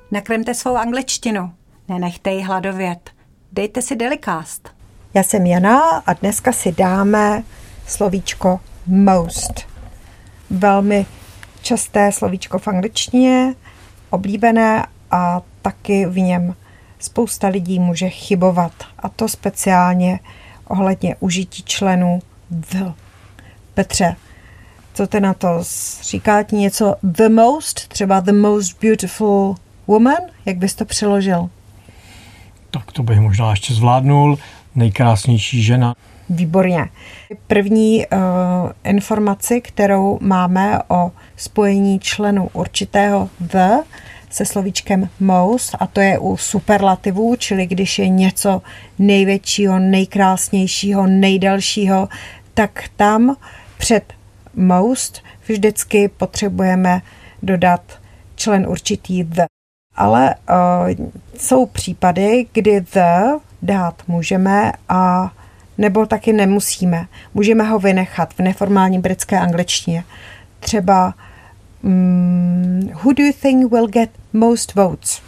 Nakrmte svou angličtinu. Nenechte ji hladovět. Dejte si Dailycast. Já jsem Jana a dneska si dáme slovíčko most. Velmi časté slovíčko v angličtině, oblíbené a taky v něm spousta lidí může chybovat. A to speciálně ohledně užití členů the. Petře, co ty na to? Říká ti něco the most? Třeba the most beautiful woman? Jak bys to přeložil? Tak to bych možná ještě zvládnul. Nejkrásnější žena. Výborně. První informaci, kterou máme o spojení členů určitého the se slovíčkem most, a to je u superlativů, čili když je něco největšího, nejkrásnějšího, nejdelšího, tak tam před most vždycky potřebujeme dodat člen určitý the. Ale jsou případy, kdy the dát můžeme a nebo taky nemusíme. Můžeme ho vynechat v neformální britské angličtině. Třeba who do you think will get most votes?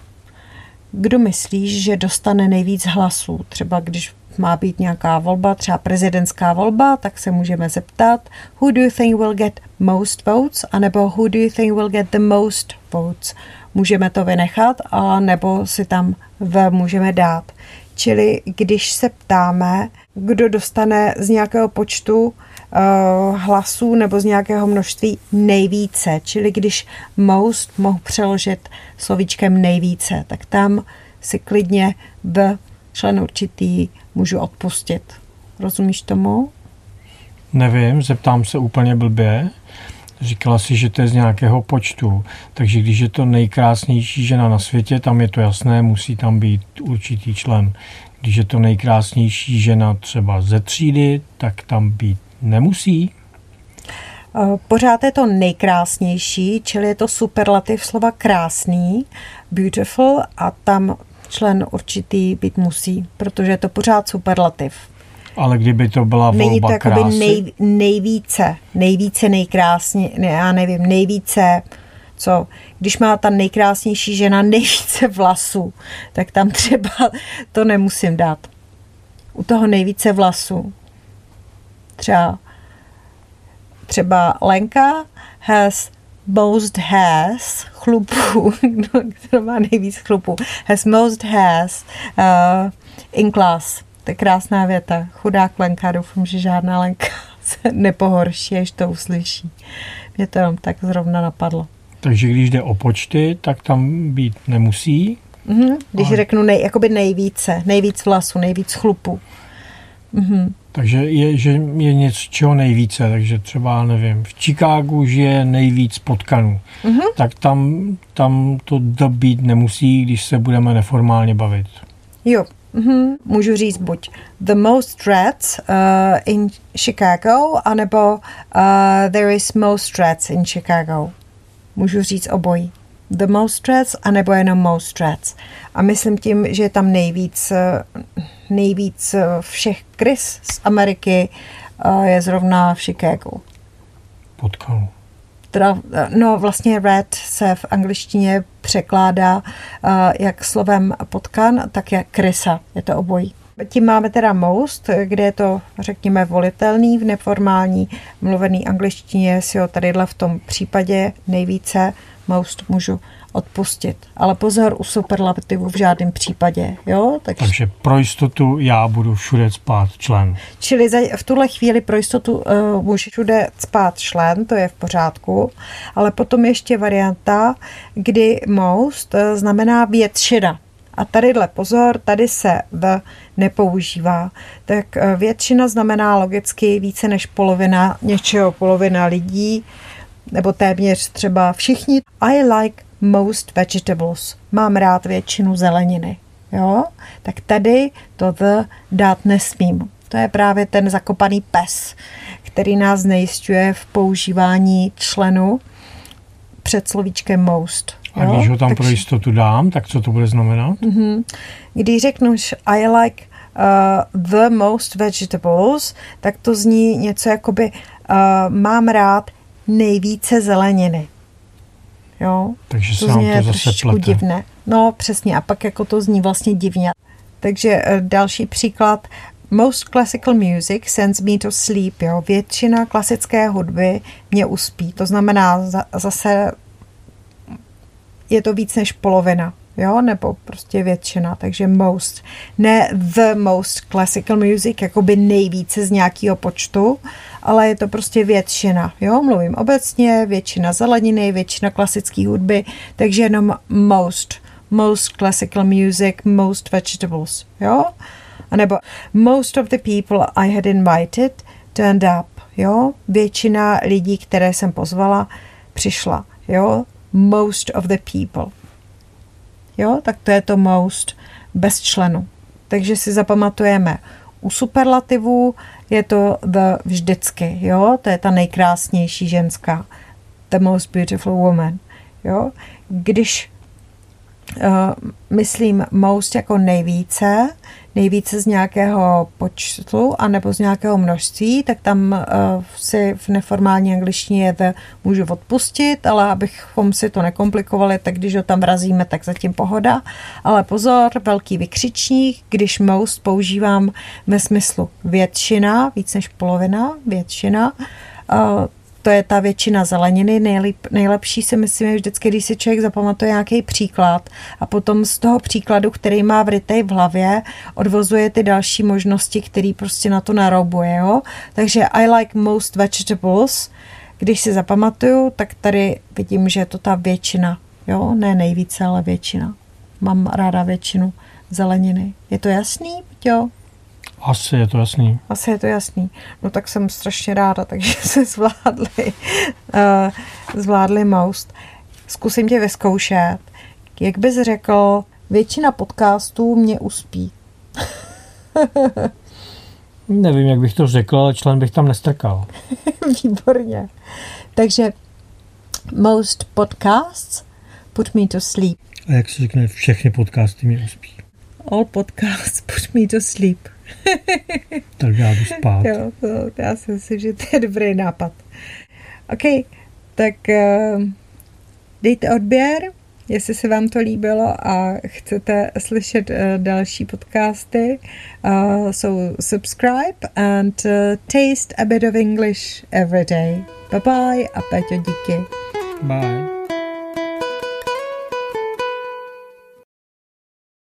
Kdo myslíš, že dostane nejvíc hlasů? Třeba když má být nějaká volba, třeba prezidentská volba, tak se můžeme zeptat who do you think will get most votes? A nebo who do you think will get the most votes? Můžeme to vynechat a nebo si tam v můžeme dát. Čili když se ptáme, kdo dostane z nějakého počtu hlasů nebo z nějakého množství nejvíce, čili když most mohu přeložit slovíčkem nejvíce, tak tam si klidně v člen určitý můžu odpustit. Rozumíš tomu? Nevím, zeptám se úplně blbě. Říkala si, že to je z nějakého počtu, takže když je to nejkrásnější žena na světě, tam je to jasné, musí tam být určitý člen. Když je to nejkrásnější žena třeba ze třídy, tak tam být nemusí. Pořád je to nejkrásnější, čili je to superlativ slova krásný, beautiful, a tam člen určitý být musí, protože je to pořád superlativ. Ale kdyby to byla volba není to krásy? Nejvíce nejkrásně, já nevím, nejvíce, co, když má ta nejkrásnější žena nejvíce vlasů, tak tam třeba to nemusím dát. U toho nejvíce vlasů. Třeba Lenka has most hairs, chlupů, kdo má nejvíc chlupů, has most hairs in class. To je krásná věta. Chudák Lenka, doufám, že žádná Lenka se nepohorší, až to uslyší. Mě to jenom tak zrovna napadlo. Takže když jde o počty, tak tam být nemusí. Když řeknu jakoby nejvíc vlasů, nejvíc chlupů. Takže je něco čeho nejvíce, takže třeba, nevím, v Chicagu žije nejvíc potkanů. Tak tam to být nemusí, když se budeme neformálně bavit. Jo. Můžu říct buď the most rats in Chicago, anebo there is most rats in Chicago. Můžu říct obojí. The most rats, anebo jenom most rats. A myslím tím, že je tam nejvíc všech krys z Ameriky je zrovna v Chicagu. Potkanů. No vlastně rat se v angličtině překládá jak slovem potkan, tak jak krysa. Je to obojí. Tím máme teda most, kde je to, řekněme, volitelný v neformální mluvený angličtině, si ho tadyhle v tom případě nejvíce most můžu odpustit. Ale pozor, u superlativu v žádném případě. Jo? Takže pro jistotu já budu všude cpát člen. Čili v tuhle chvíli pro jistotu může všude cpát člen, to je v pořádku, ale potom ještě varianta, kdy most znamená většina. A tadyhle pozor, tady se nepoužívá. Tak většina znamená logicky více než polovina něčeho, polovina lidí, nebo téměř třeba všichni. I like most vegetables. Mám rád většinu zeleniny. Jo? Tak tady to the dát nesmím. To je právě ten zakopaný pes, který nás znejisťuje v používání členu před slovíčkem most. A když ho tam pro jistotu dám, tak co to bude znamenat? Když řekneš I like the most vegetables, tak to zní něco jakoby mám rád nejvíce zeleniny. Jo? Takže se to nám zní to zase trošičku plete. divné. No přesně, a pak jako to zní vlastně divně. Takže další příklad. Most classical music sends me to sleep. Jo? Většina klasické hudby mě uspí. To znamená zase je to víc než polovina. Jo? Nebo prostě většina. Takže most. Ne the most classical music, jakoby nejvíce z nějakého počtu, ale je to prostě většina. Jo? Mluvím obecně, většina zeleniny, většina klasické hudby, takže jenom most classical music, most vegetables. Jo? A nebo most of the people I had invited turned up. Jo? Většina lidí, které jsem pozvala, přišla. Jo? Most of the people. Jo? Tak to je to most bez členu. Takže si zapamatujeme. U superlativů je to the vždycky. Jo? To je ta nejkrásnější ženská. The most beautiful woman. Jo? Když myslím most jako nejvíce z nějakého počtu anebo z nějakého množství, tak tam si v neformální angličtině je the můžu odpustit, ale abychom si to nekomplikovali, tak když ho tam vrazíme, tak zatím pohoda. Ale pozor, velký vykřičník, když most používám ve smyslu většina, víc než polovina, většina, to je ta většina zeleniny. Nejlepší si myslím je vždycky, když si člověk zapamatuje nějaký příklad a potom z toho příkladu, který má vrytej v hlavě, odvozuje ty další možnosti, který prostě na to naroubuje. Jo? Takže I like most vegetables. Když si zapamatuju, tak tady vidím, že je to ta většina. Jo? Ne nejvíce, ale většina. Mám ráda většinu zeleniny. Je to jasný, jo? Asi je to jasný. Asi je to jasný. No tak jsem strašně ráda, takže se zvládli most. Zkusím tě vyzkoušet. Jak bys řekl, většina podcastů mě uspí. Nevím, jak bych to řekl, ale člen bych tam nestrkal. Výborně. Takže most podcasts put me to sleep. A jak se řekne, všechny podcasty mě uspí. All podcasts put me to sleep. Tak já jdu spát. Jo, já si myslím, že to je dobrý nápad. OK, tak dejte odběr, jestli se vám to líbilo a chcete slyšet další podcasty. So subscribe and taste a bit of English every day. Bye bye a Peťo, díky. Bye.